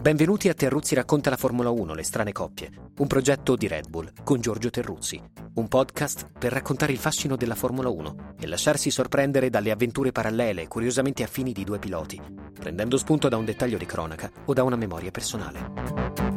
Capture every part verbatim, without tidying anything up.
Benvenuti a Terruzzi racconta la Formula uno, le strane coppie, un progetto di Red Bull con Giorgio Terruzzi, un podcast per raccontare il fascino della Formula uno e lasciarsi sorprendere dalle avventure parallele e curiosamente affini di due piloti, prendendo spunto da un dettaglio di cronaca o da una memoria personale.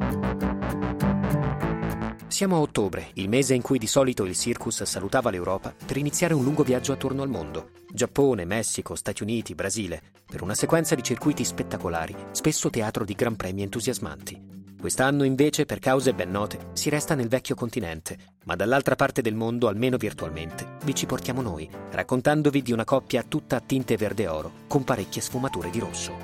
Siamo a ottobre, il mese in cui di solito il circus salutava l'Europa per iniziare un lungo viaggio attorno al mondo. Giappone, Messico, Stati Uniti, Brasile, per una sequenza di circuiti spettacolari, spesso teatro di gran premi entusiasmanti. Quest'anno invece, per cause ben note, si resta nel vecchio continente, ma dall'altra parte del mondo, almeno virtualmente, vi ci portiamo noi, raccontandovi di una coppia tutta a tinte verde oro, con parecchie sfumature di rosso.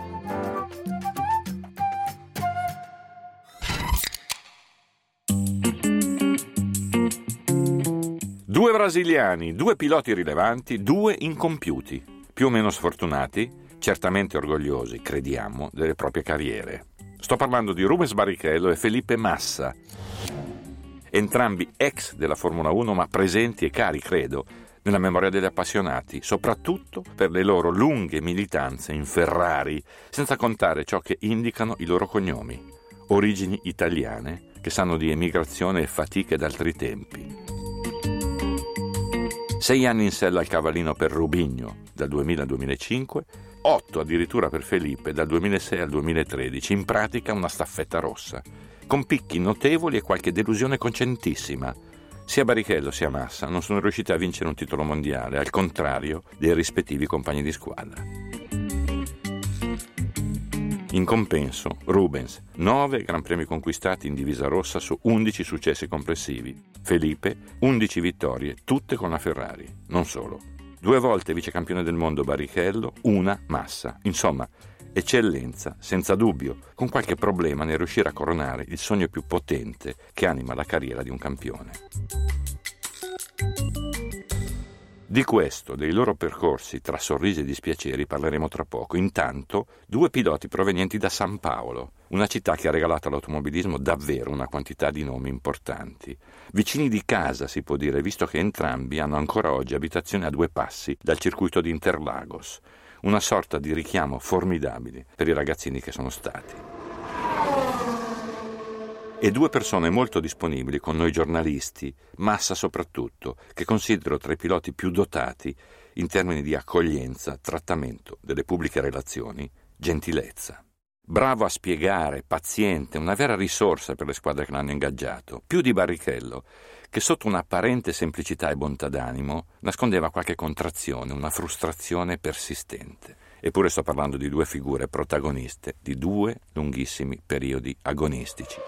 Due brasiliani, due piloti rilevanti, due incompiuti, più o meno sfortunati, certamente orgogliosi, crediamo, delle proprie carriere. Sto parlando di Rubens Barrichello e Felipe Massa, entrambi ex della Formula uno, ma presenti e cari, credo, nella memoria degli appassionati, soprattutto per le loro lunghe militanze in Ferrari, senza contare ciò che indicano i loro cognomi, origini italiane che sanno di emigrazione e fatiche d'altri tempi. Sei anni in sella al cavallino per Rubinho dal duemila al duemilacinque, otto addirittura per Felipe dal duemilasei al duemilatredici, in pratica una staffetta rossa, con picchi notevoli e qualche delusione concentissima. Sia Barrichello sia Massa non sono riusciti a vincere un titolo mondiale, al contrario dei rispettivi compagni di squadra. In compenso, Rubens, nove Gran Premi conquistati in divisa rossa su undici successi complessivi. Felipe, undici vittorie, tutte con la Ferrari. Non solo. Due volte vicecampione del mondo Barrichello, una Massa. Insomma, eccellenza, senza dubbio, con qualche problema nel riuscire a coronare il sogno più potente che anima la carriera di un campione. Di questo, dei loro percorsi tra sorrisi e dispiaceri, parleremo tra poco. Intanto, due piloti provenienti da San Paolo, una città che ha regalato all'automobilismo davvero una quantità di nomi importanti. Vicini di casa, si può dire, visto che entrambi hanno ancora oggi abitazioni a due passi dal circuito di Interlagos, una sorta di richiamo formidabile per i ragazzini che sono stati. E due persone molto disponibili con noi giornalisti, Massa soprattutto, che considero tra i piloti più dotati in termini di accoglienza, trattamento delle pubbliche relazioni, gentilezza. Bravo a spiegare, paziente, una vera risorsa per le squadre che l'hanno ingaggiato, più di Barrichello, che sotto un'apparente semplicità e bontà d'animo nascondeva qualche contrazione, una frustrazione persistente. Eppure sto parlando di due figure protagoniste di due lunghissimi periodi agonistici.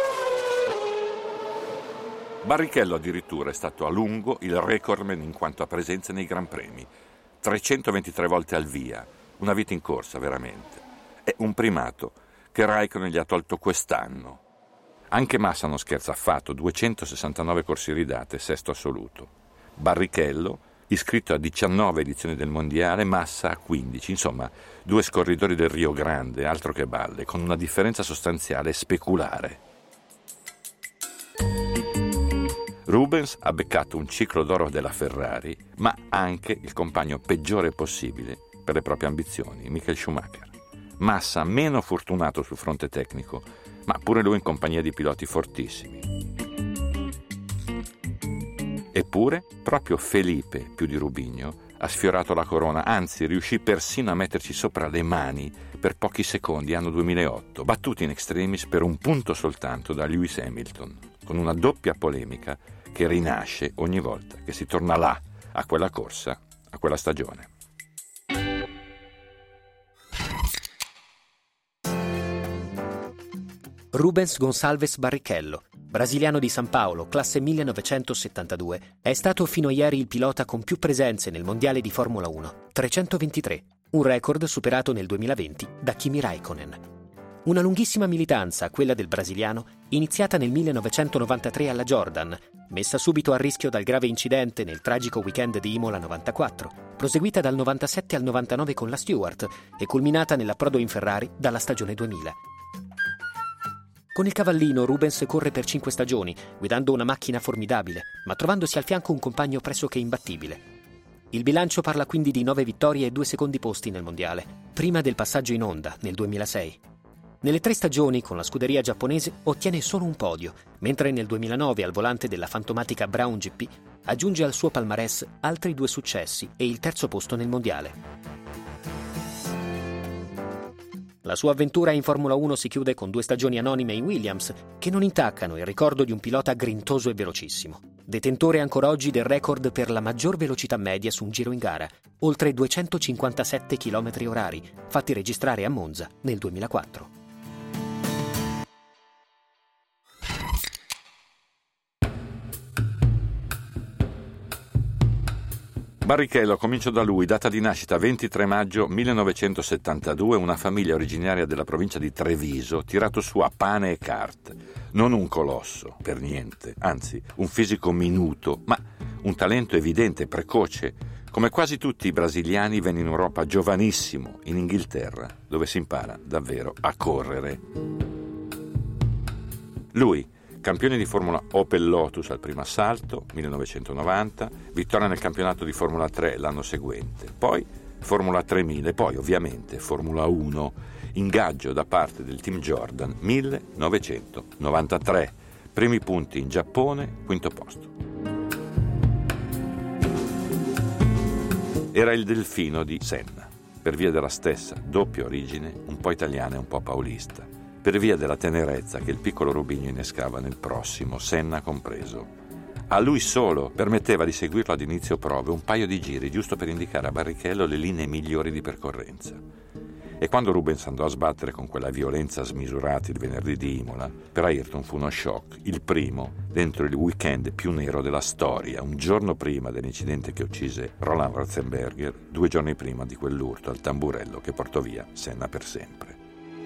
Barrichello addirittura è stato a lungo il recordman in quanto a presenze nei Gran Premi, trecentoventitré volte al via, una vita in corsa veramente. È un primato che Raikkonen gli ha tolto quest'anno. Anche Massa non scherza affatto, duecentosessantanove corsie ridate, sesto assoluto. Barrichello, iscritto a diciannove edizioni del Mondiale, Massa a quindici, insomma, due scorridori del Rio Grande, altro che balle, con una differenza sostanziale speculare. Rubens ha beccato un ciclo d'oro della Ferrari, ma anche il compagno peggiore possibile per le proprie ambizioni, Michael Schumacher. Massa meno fortunato sul fronte tecnico, ma pure lui in compagnia di piloti fortissimi. Eppure, proprio Felipe, più di Rubinho, ha sfiorato la corona, anzi riuscì persino a metterci sopra le mani per pochi secondi, anno duemilaotto, battuti in extremis per un punto soltanto da Lewis Hamilton, con una doppia polemica che rinasce ogni volta che si torna là, a quella corsa, a quella stagione. Rubens Gonçalves Barrichello, brasiliano di San Paolo, classe millenovecentosettantadue, è stato fino a ieri il pilota con più presenze nel mondiale di Formula uno, trecentoventitré, un record superato nel duemilaventi da Kimi Raikkonen. Una lunghissima militanza, quella del brasiliano, iniziata nel millenovecentonovantatré alla Jordan, messa subito a rischio dal grave incidente nel tragico weekend di Imola novantaquattro, proseguita dal novantasette al novantanove con la Stewart e culminata nell'approdo in Ferrari dalla stagione duemila. Con il cavallino Rubens corre per cinque stagioni, guidando una macchina formidabile, ma trovandosi al fianco un compagno pressoché imbattibile. Il bilancio parla quindi di nove vittorie e due secondi posti nel mondiale, prima del passaggio in Honda nel duemilasei. Nelle tre stagioni con la scuderia giapponese ottiene solo un podio, mentre nel duemilanove al volante della fantomatica Brown G P aggiunge al suo palmarès altri due successi e il terzo posto nel mondiale. La sua avventura in Formula uno si chiude con due stagioni anonime in Williams, che non intaccano il ricordo di un pilota grintoso e velocissimo. Detentore ancora oggi del record per la maggior velocità media su un giro in gara, oltre duecentocinquantasette chilometri orari, fatti registrare a Monza nel duemilaquattro. Barrichello, comincio da lui, data di nascita ventitré maggio millenovecentosettantadue, una famiglia originaria della provincia di Treviso, tirato su a pane e carte. Non un colosso, per niente, anzi un fisico minuto, ma un talento evidente, precoce. Come quasi tutti i brasiliani venne in Europa giovanissimo, in Inghilterra, dove si impara davvero a correre. Lui, campione di Formula Opel Lotus al primo assalto, millenovecentonovanta, vittoria nel campionato di Formula tre l'anno seguente, poi Formula tremila e poi ovviamente Formula uno, ingaggio da parte del team Jordan millenovecentonovantatré, primi punti in Giappone, quinto posto. Era il delfino di Senna, per via della stessa doppia origine, un po' italiana e un po' paulista, per via della tenerezza che il piccolo Rubinho innescava nel prossimo, Senna compreso. A lui solo permetteva di seguirlo ad inizio prove un paio di giri, giusto per indicare a Barrichello le linee migliori di percorrenza. E quando Rubens andò a sbattere con quella violenza smisurata il venerdì di Imola, per Ayrton fu uno shock, il primo dentro il weekend più nero della storia, un giorno prima dell'incidente che uccise Roland Ratzenberger, due giorni prima di quell'urto al tamburello che portò via Senna per sempre.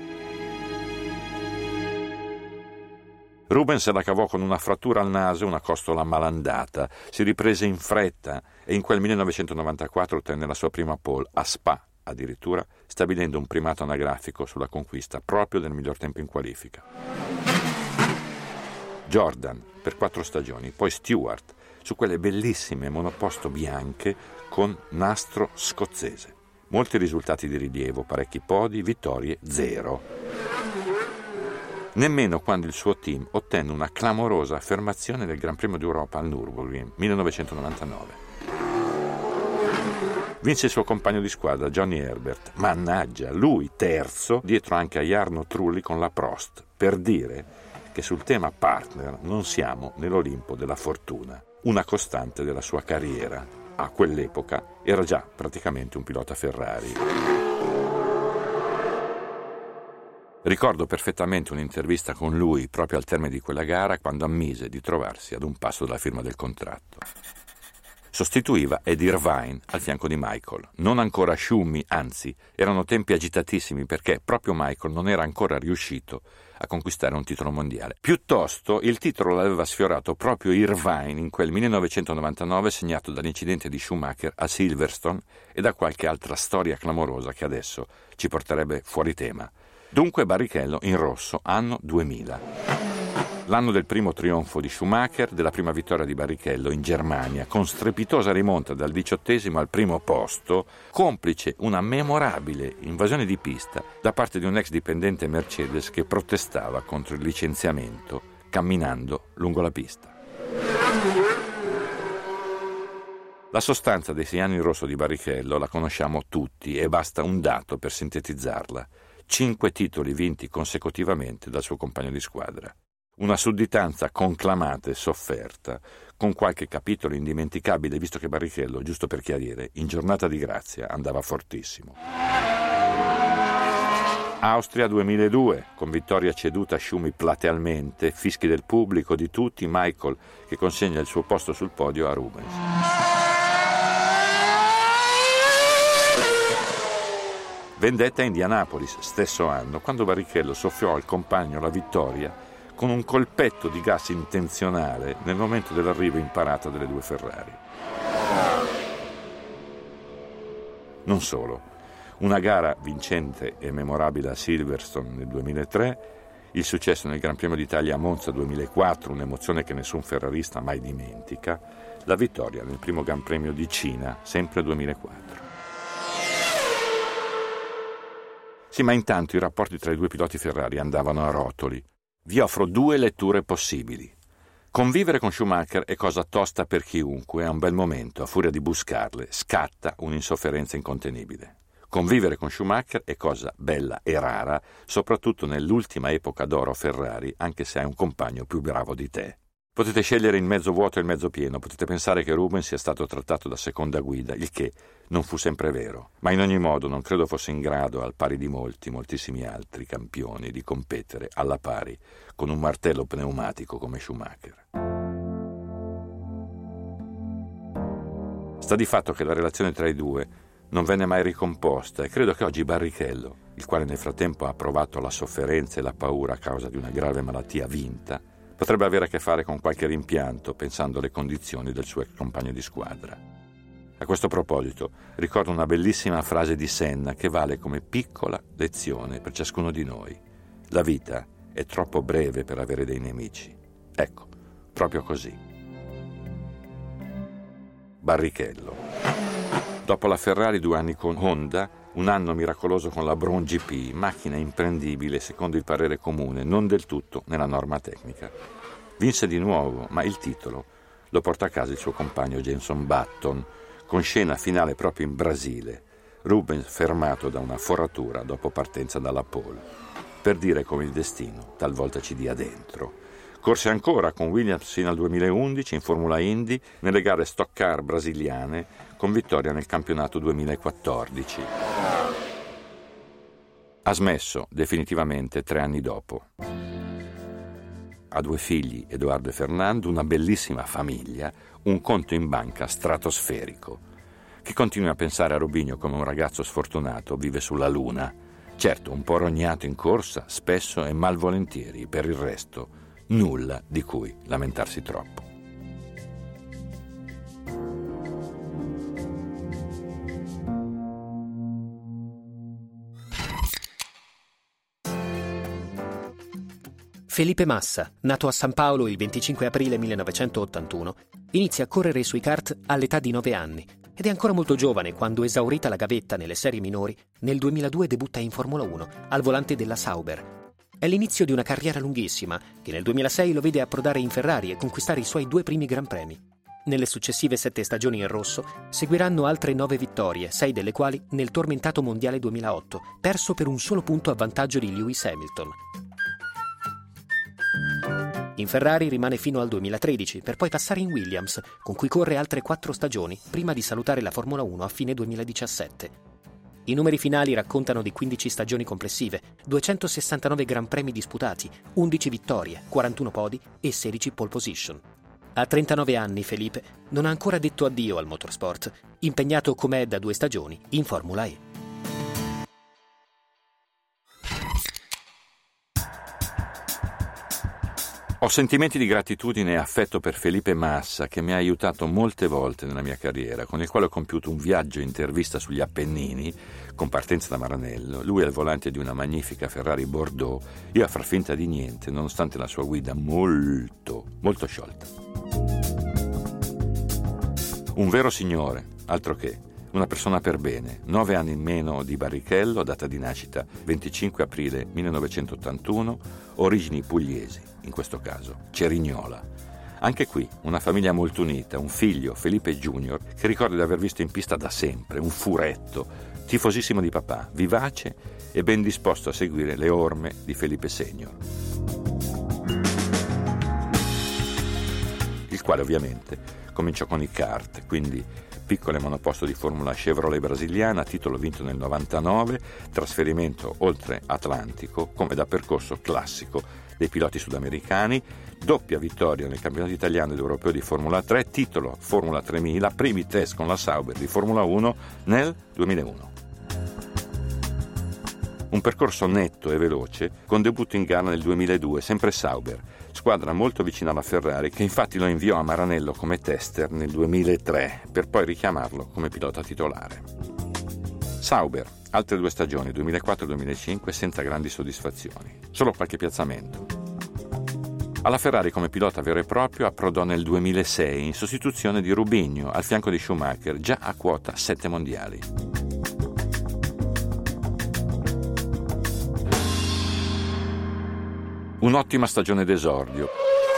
Rubens se la cavò con una frattura al naso e una costola malandata, si riprese in fretta e in quel millenovecentonovantaquattro ottenne la sua prima pole a Spa, addirittura stabilendo un primato anagrafico sulla conquista proprio del miglior tempo in qualifica. Jordan per quattro stagioni, poi Stewart su quelle bellissime monoposto bianche con nastro scozzese. Molti risultati di rilievo, parecchi podi, vittorie zero. Nemmeno quando il suo team ottenne una clamorosa affermazione del Gran Premio d'Europa al Nürburgring millenovecentonovantanove. Vinse il suo compagno di squadra Johnny Herbert, mannaggia, lui terzo, dietro anche a Jarno Trulli con la Prost, per dire che sul tema partner non siamo nell'Olimpo della fortuna, una costante della sua carriera. A quell'epoca era già praticamente un pilota Ferrari. Ricordo perfettamente un'intervista con lui proprio al termine di quella gara, quando ammise di trovarsi ad un passo dalla firma del contratto. Sostituiva Ed Irvine al fianco di Michael, non ancora Schumi, anzi erano tempi agitatissimi perché proprio Michael non era ancora riuscito a conquistare un titolo mondiale. Piuttosto il titolo l'aveva sfiorato proprio Irvine in quel millenovecentonovantanove, segnato dall'incidente di Schumacher a Silverstone e da qualche altra storia clamorosa che adesso ci porterebbe fuori tema. Dunque Barrichello in rosso, anno duemila. L'anno del primo trionfo di Schumacher, della prima vittoria di Barrichello in Germania, con strepitosa rimonta dal diciottesimo al primo posto, complice una memorabile invasione di pista da parte di un ex dipendente Mercedes che protestava contro il licenziamento camminando lungo la pista. La sostanza dei sei anni in rosso di Barrichello la conosciamo tutti e basta un dato per sintetizzarla. Cinque titoli vinti consecutivamente dal suo compagno di squadra. Una sudditanza conclamata e sofferta, con qualche capitolo indimenticabile, visto che Barrichello, giusto per chiarire, in giornata di grazia andava fortissimo. Austria duemiladue, con vittoria ceduta a Schumi platealmente, fischi del pubblico, di tutti, Michael che consegna il suo posto sul podio a Rubens. Vendetta a Indianapolis, stesso anno, quando Barrichello soffiò al compagno la vittoria con un colpetto di gas intenzionale nel momento dell'arrivo in parata delle due Ferrari. Non solo, una gara vincente e memorabile a Silverstone nel duemilatré, il successo nel Gran Premio d'Italia a Monza duemilaquattro, un'emozione che nessun ferrarista mai dimentica, la vittoria nel primo Gran Premio di Cina, sempre duemilaquattro. Sì, ma intanto i rapporti tra i due piloti Ferrari andavano a rotoli. Vi offro due letture possibili. Convivere con Schumacher è cosa tosta per chiunque, a un bel momento, a furia di buscarle, scatta un'insofferenza incontenibile. Convivere con Schumacher è cosa bella e rara, soprattutto nell'ultima epoca d'oro Ferrari, anche se hai un compagno più bravo di te. Potete scegliere il mezzo vuoto e il mezzo pieno, potete pensare che Rubens sia stato trattato da seconda guida, il che non fu sempre vero, ma in ogni modo non credo fosse in grado, al pari di molti, moltissimi altri campioni, di competere alla pari con un martello pneumatico come Schumacher. Sta di fatto che la relazione tra i due non venne mai ricomposta e credo che oggi Barrichello, il quale nel frattempo ha provato la sofferenza e la paura a causa di una grave malattia vinta, potrebbe avere a che fare con qualche rimpianto pensando alle condizioni del suo ex compagno di squadra. A questo proposito ricordo una bellissima frase di Senna che vale come piccola lezione per ciascuno di noi. La vita è troppo breve per avere dei nemici. Ecco, proprio così. Barrichello. Dopo la Ferrari due anni con Honda, un anno miracoloso con la Braun G P, macchina imprendibile secondo il parere comune, non del tutto nella norma tecnica. Vinse di nuovo, ma il titolo lo porta a casa il suo compagno Jenson Button, con scena finale proprio in Brasile, Rubens fermato da una foratura dopo partenza dalla pole, per dire come il destino talvolta ci dia dentro. Corse ancora con Williams fino al duemilaundici in Formula Indy nelle gare stock car brasiliane, con vittoria nel campionato duemilaquattordici. Ha smesso definitivamente tre anni dopo. Ha due figli, Edoardo e Fernando, una bellissima famiglia, un conto in banca stratosferico. Chi continua a pensare a Robinho come un ragazzo sfortunato vive sulla luna. Certo, un po' rognato in corsa, spesso e malvolentieri, per il resto nulla di cui lamentarsi troppo. Felipe Massa, nato a San Paolo il venticinque aprile millenovecentottantuno, inizia a correre sui kart all'età di nove anni ed è ancora molto giovane quando, esaurita la gavetta nelle serie minori, nel duemiladue debutta in Formula uno al volante della Sauber. È l'inizio di una carriera lunghissima che nel duemilasei lo vede approdare in Ferrari e conquistare i suoi due primi Gran Premi. Nelle successive sette stagioni in rosso seguiranno altre nove vittorie, sei delle quali nel tormentato Mondiale duemilaotto, perso per un solo punto a vantaggio di Lewis Hamilton. In Ferrari rimane fino al duemilatredici, per poi passare in Williams, con cui corre altre quattro stagioni, prima di salutare la Formula uno a fine duemiladiciassette. I numeri finali raccontano di quindici stagioni complessive, duecentosessantanove Gran Premi disputati, undici vittorie, quarantuno podi e sedici pole position. A trentanove anni Felipe non ha ancora detto addio al motorsport, impegnato com'è da due stagioni in Formula E. Ho sentimenti di gratitudine e affetto per Felipe Massa, che mi ha aiutato molte volte nella mia carriera, con il quale ho compiuto un viaggio intervista sugli Appennini, con partenza da Maranello, lui al volante di una magnifica Ferrari Bordeaux, io a far finta di niente, nonostante la sua guida molto, molto sciolta. Un vero signore, altro che, una persona per bene, nove anni in meno di Barrichello, data di nascita venticinque aprile millenovecentottantuno, origini pugliesi, in questo caso Cerignola. Anche qui una famiglia molto unita, un figlio, Felipe Junior, che ricordo di aver visto in pista da sempre, un furetto, tifosissimo di papà, vivace e ben disposto a seguire le orme di Felipe Senior, il quale ovviamente cominciò con i kart, quindi piccole monoposto di Formula Chevrolet brasiliana, titolo vinto nel novantanove, trasferimento oltre Atlantico come da percorso classico dei piloti sudamericani, doppia vittoria nel campionato italiano ed europeo di Formula tre, titolo Formula tremila, primi test con la Sauber di Formula uno nel duemilauno. Un percorso netto e veloce, con debutto in gara nel duemiladue, sempre Sauber, squadra molto vicina alla Ferrari, che infatti lo inviò a Maranello come tester nel duemilatré, per poi richiamarlo come pilota titolare. Sauber, altre due stagioni, duemilaquattro e duemilacinque, senza grandi soddisfazioni, solo qualche piazzamento. Alla Ferrari come pilota vero e proprio approdò nel duemilasei in sostituzione di Rubinho al fianco di Schumacher, già a quota sette mondiali. Un'ottima stagione d'esordio.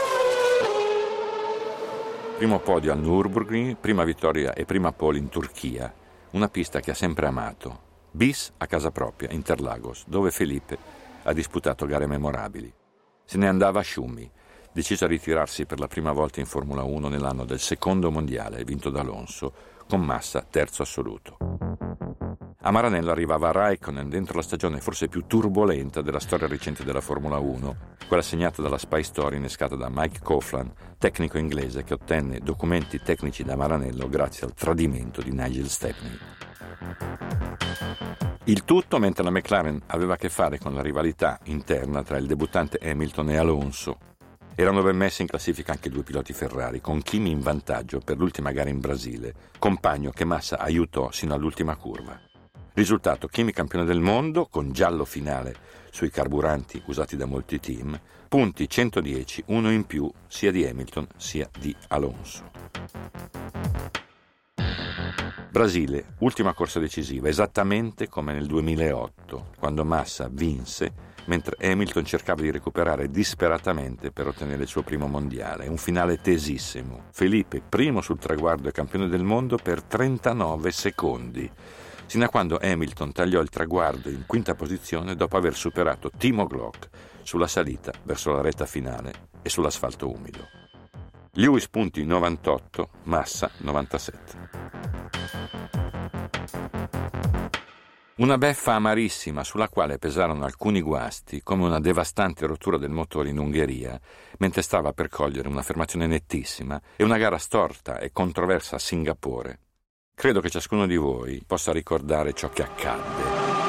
Primo podio al Nürburgring, prima vittoria e prima pole in Turchia, una pista che ha sempre amato. Bis a casa propria, Interlagos, dove Felipe ha disputato gare memorabili. Se ne andava a Schumi, deciso a ritirarsi per la prima volta in Formula uno nell'anno del secondo mondiale vinto da Alonso, con Massa terzo assoluto. A Maranello arrivava Raikkonen dentro la stagione forse più turbolenta della storia recente della Formula uno, quella segnata dalla Spy Story innescata da Mike Coughlin, tecnico inglese che ottenne documenti tecnici da Maranello grazie al tradimento di Nigel Stepney. Il tutto mentre la McLaren aveva a che fare con la rivalità interna tra il debuttante Hamilton e Alonso. Erano ben messi in classifica anche due piloti Ferrari, con Kimi in vantaggio per l'ultima gara in Brasile, compagno che Massa aiutò sino all'ultima curva. Risultato: Kimi campione del mondo, con giallo finale sui carburanti usati da molti team, punti centodieci, uno in più sia di Hamilton sia di Alonso. Brasile, ultima corsa decisiva, esattamente come nel duemilaotto, quando Massa vinse, mentre Hamilton cercava di recuperare disperatamente per ottenere il suo primo mondiale. Un finale tesissimo. Felipe, primo sul traguardo e campione del mondo per trentanove secondi, sino a quando Hamilton tagliò il traguardo in quinta posizione dopo aver superato Timo Glock sulla salita verso la retta finale e sull'asfalto umido. Lewis punti novantotto, Massa novantasette. Una beffa amarissima sulla quale pesarono alcuni guasti, come una devastante rottura del motore in Ungheria, mentre stava per cogliere un'affermazione nettissima, e una gara storta e controversa a Singapore. Credo che ciascuno di voi possa ricordare ciò che accadde.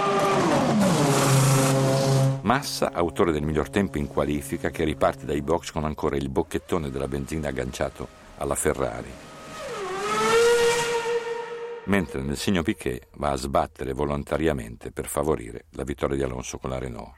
Massa, autore del miglior tempo in qualifica, che riparte dai box con ancora il bocchettone della benzina agganciato alla Ferrari, mentre nel segno Piquet va a sbattere volontariamente per favorire la vittoria di Alonso con la Renault.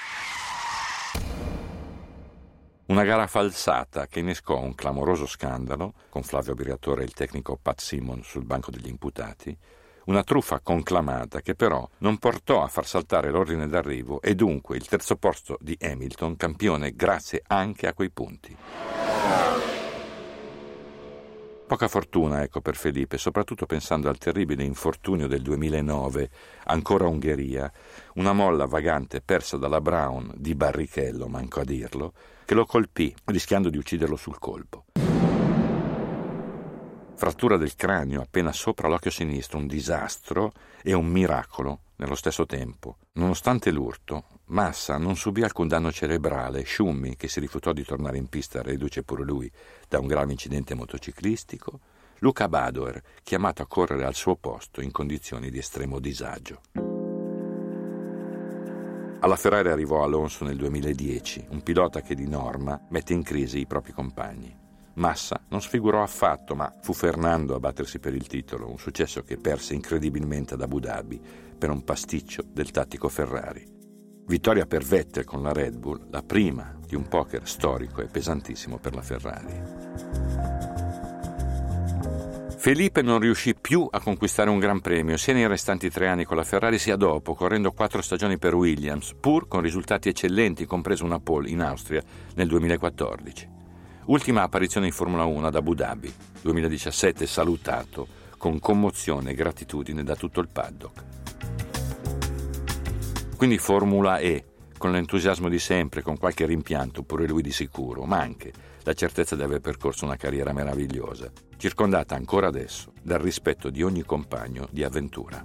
Una gara falsata che innescò un clamoroso scandalo, con Flavio Briatore e il tecnico Pat Simon sul banco degli imputati, una truffa conclamata che però non portò a far saltare l'ordine d'arrivo e dunque il terzo posto di Hamilton, campione grazie anche a quei punti. Poca fortuna, ecco, per Felipe, soprattutto pensando al terribile infortunio del duemilanove, ancora a Ungheria, una molla vagante persa dalla Brown di Barrichello, manco a dirlo, che lo colpì, rischiando di ucciderlo sul colpo. Frattura del cranio appena sopra l'occhio sinistro, un disastro e un miracolo nello stesso tempo. Nonostante l'urto, Massa non subì alcun danno cerebrale. Schumi, che si rifiutò di tornare in pista reduce pure lui da un grave incidente motociclistico, Luca Badoer, chiamato a correre al suo posto in condizioni di estremo disagio. Alla Ferrari arrivò Alonso nel duemiladieci, un pilota che di norma mette in crisi i propri compagni. Massa non sfigurò affatto, ma fu Fernando a battersi per il titolo, un successo che perse incredibilmente ad Abu Dhabi per un pasticcio del tattico Ferrari. Vittoria per Vettel con la Red Bull, la prima di un poker storico e pesantissimo per la Ferrari. Felipe non riuscì più a conquistare un gran premio, sia nei restanti tre anni con la Ferrari sia dopo, correndo quattro stagioni per Williams, pur con risultati eccellenti, compreso una pole in Austria nel duemilaquattordici. Ultima apparizione in Formula uno ad Abu Dhabi, duemiladiciassette, salutato con commozione e gratitudine da tutto il paddock. Quindi Formula E, con l'entusiasmo di sempre, con qualche rimpianto, pure lui di sicuro, ma anche la certezza di aver percorso una carriera meravigliosa, circondata ancora adesso dal rispetto di ogni compagno di avventura.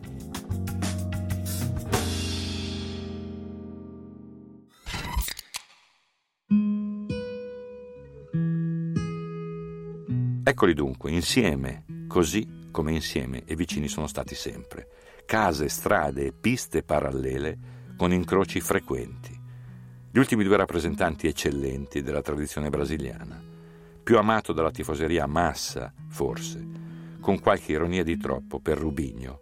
Eccoli dunque, insieme, così come insieme e vicini sono stati sempre. Case, strade e piste parallele con incroci frequenti. Gli ultimi due rappresentanti eccellenti della tradizione brasiliana. Più amato dalla tifoseria Massa, forse, con qualche ironia di troppo per Rubinho.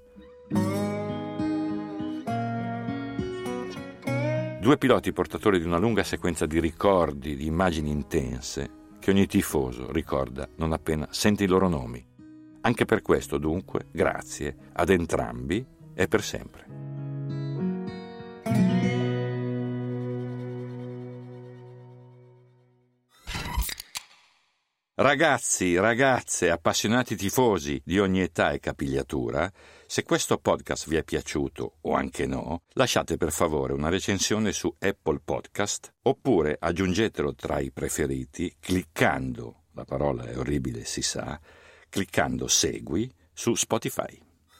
Due piloti portatori di una lunga sequenza di ricordi, di immagini intense, che ogni tifoso ricorda non appena sente i loro nomi. Anche per questo, dunque, grazie ad entrambi e per sempre. Ragazzi, ragazze, appassionati tifosi di ogni età e capigliatura, se questo podcast vi è piaciuto o anche no, lasciate per favore una recensione su Apple Podcast oppure aggiungetelo tra i preferiti cliccando, la parola è orribile si sa, cliccando segui su Spotify.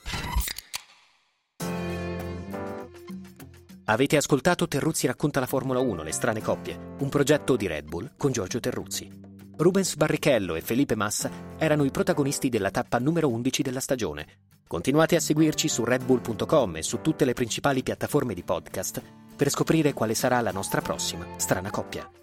Avete ascoltato Terruzzi racconta la Formula uno, le strane coppie, un progetto di Red Bull con Giorgio Terruzzi. Rubens Barrichello e Felipe Massa erano i protagonisti della tappa numero undici della stagione. Continuate a seguirci su red bull punto com e su tutte le principali piattaforme di podcast per scoprire quale sarà la nostra prossima strana coppia.